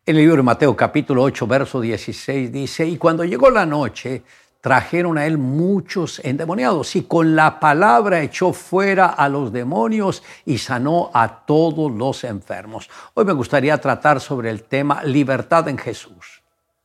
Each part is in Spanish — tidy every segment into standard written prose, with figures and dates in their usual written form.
En el libro de Mateo capítulo 8, verso 16 dice, y cuando llegó la noche, trajeron a él muchos endemoniados y con la palabra echó fuera a los demonios y sanó a todos los enfermos. Hoy me gustaría tratar sobre el tema libertad en Jesús.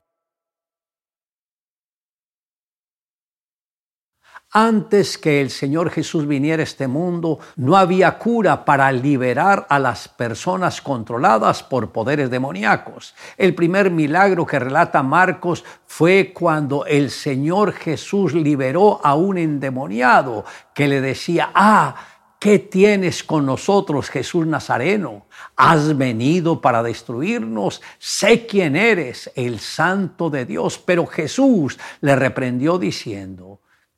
Antes que el Señor Jesús viniera a este mundo, no había cura para liberar a las personas controladas por poderes demoníacos. El primer milagro que relata Marcos fue cuando el Señor Jesús liberó a un endemoniado que le decía, ¿qué tienes con nosotros, Jesús Nazareno? ¿Has venido para destruirnos? Sé quién eres, el Santo de Dios. Pero Jesús le reprendió diciendo,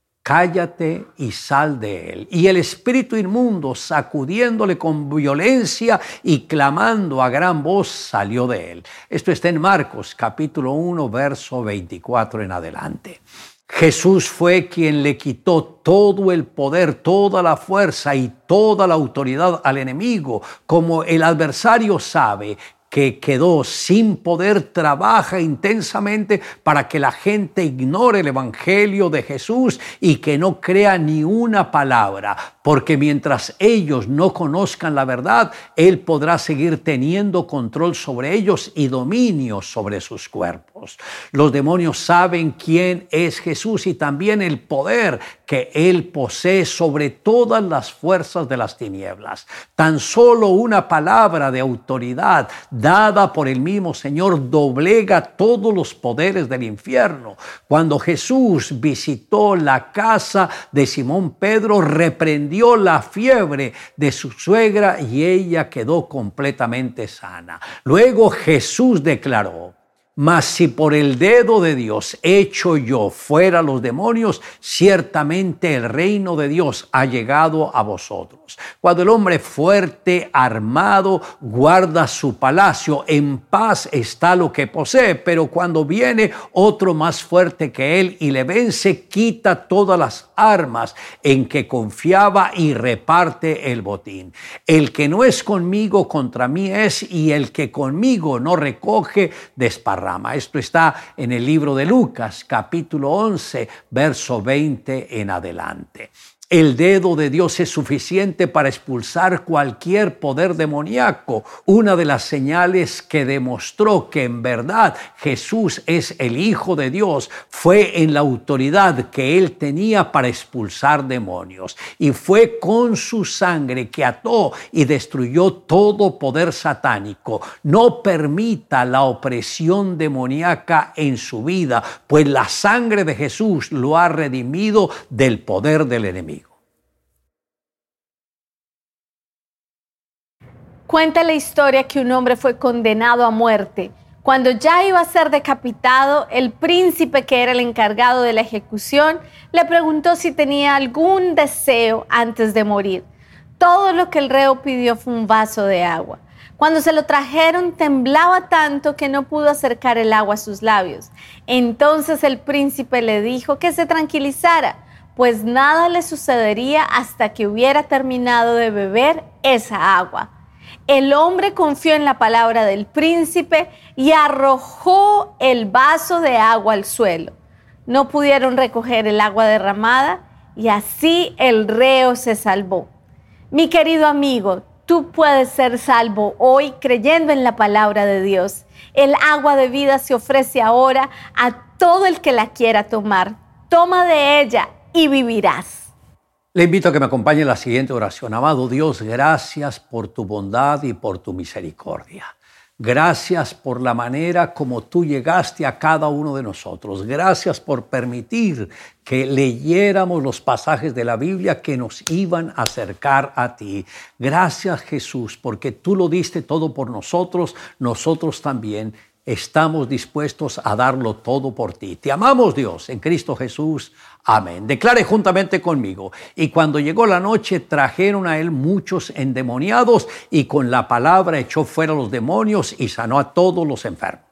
cállate y sal de él. Y el espíritu inmundo, sacudiéndole con violencia y clamando a gran voz, salió de él. Esto está en Marcos capítulo 1, verso 24 en adelante. Jesús fue quien le quitó todo el poder, toda la fuerza y toda la autoridad al enemigo. Como el adversario sabe que quedó sin poder, trabaja intensamente para que la gente ignore el evangelio de Jesús y que no crea ni una palabra, porque mientras ellos no conozcan la verdad, Él podrá seguir teniendo control sobre ellos y dominio sobre sus cuerpos. Los demonios saben quién es Jesús y también el poder que Él posee sobre todas las fuerzas de las tinieblas. Tan solo una palabra de autoridad dada por el mismo Señor doblega todos los poderes del infierno. Cuando Jesús visitó la casa de Simón Pedro, reprendió la fiebre de su suegra y ella quedó completamente sana. Luego Jesús declaró, mas si por el dedo de Dios echo yo fuera los demonios, ciertamente el reino de Dios ha llegado a vosotros. Cuando el hombre fuerte, armado, guarda su palacio, en paz está lo que posee, pero cuando viene otro más fuerte que él y le vence, quita todas las armas en que confiaba y reparte el botín. El que no es conmigo, contra mí es, y el que conmigo no recoge, desparrama. Esto está en el libro de Lucas, capítulo 11, verso 20 en adelante. El dedo de Dios es suficiente para expulsar cualquier poder demoníaco. Una de las señales que demostró que en verdad Jesús es el Hijo de Dios fue en la autoridad que Él tenía para expulsar demonios. Y fue con su sangre que ató y destruyó todo poder satánico. No permita la opresión demoníaca en su vida, pues la sangre de Jesús lo ha redimido del poder del enemigo. Cuenta la historia que un hombre fue condenado a muerte. Cuando ya iba a ser decapitado, el príncipe, que era el encargado de la ejecución, le preguntó si tenía algún deseo antes de morir. Todo lo que el reo pidió fue un vaso de agua. Cuando se lo trajeron, temblaba tanto que no pudo acercar el agua a sus labios. Entonces el príncipe le dijo que se tranquilizara, pues nada le sucedería hasta que hubiera terminado de beber esa agua. El hombre confió en la palabra del príncipe y arrojó el vaso de agua al suelo. No pudieron recoger el agua derramada y así el reo se salvó. Mi querido amigo, tú puedes ser salvo hoy creyendo en la palabra de Dios. El agua de vida se ofrece ahora a todo el que la quiera tomar. Toma de ella y vivirás. Le invito a que me acompañe en la siguiente oración. Amado Dios, gracias por tu bondad y por tu misericordia. Gracias por la manera como tú llegaste a cada uno de nosotros. Gracias por permitir que leyéramos los pasajes de la Biblia que nos iban a acercar a ti. Gracias, Jesús, porque tú lo diste todo por nosotros. Nosotros también estamos dispuestos a darlo todo por ti. Te amamos, Dios, en Cristo Jesús. Amén. Declare juntamente conmigo. Y cuando llegó la noche, trajeron a él muchos endemoniados y con la palabra echó fuera los demonios y sanó a todos los enfermos.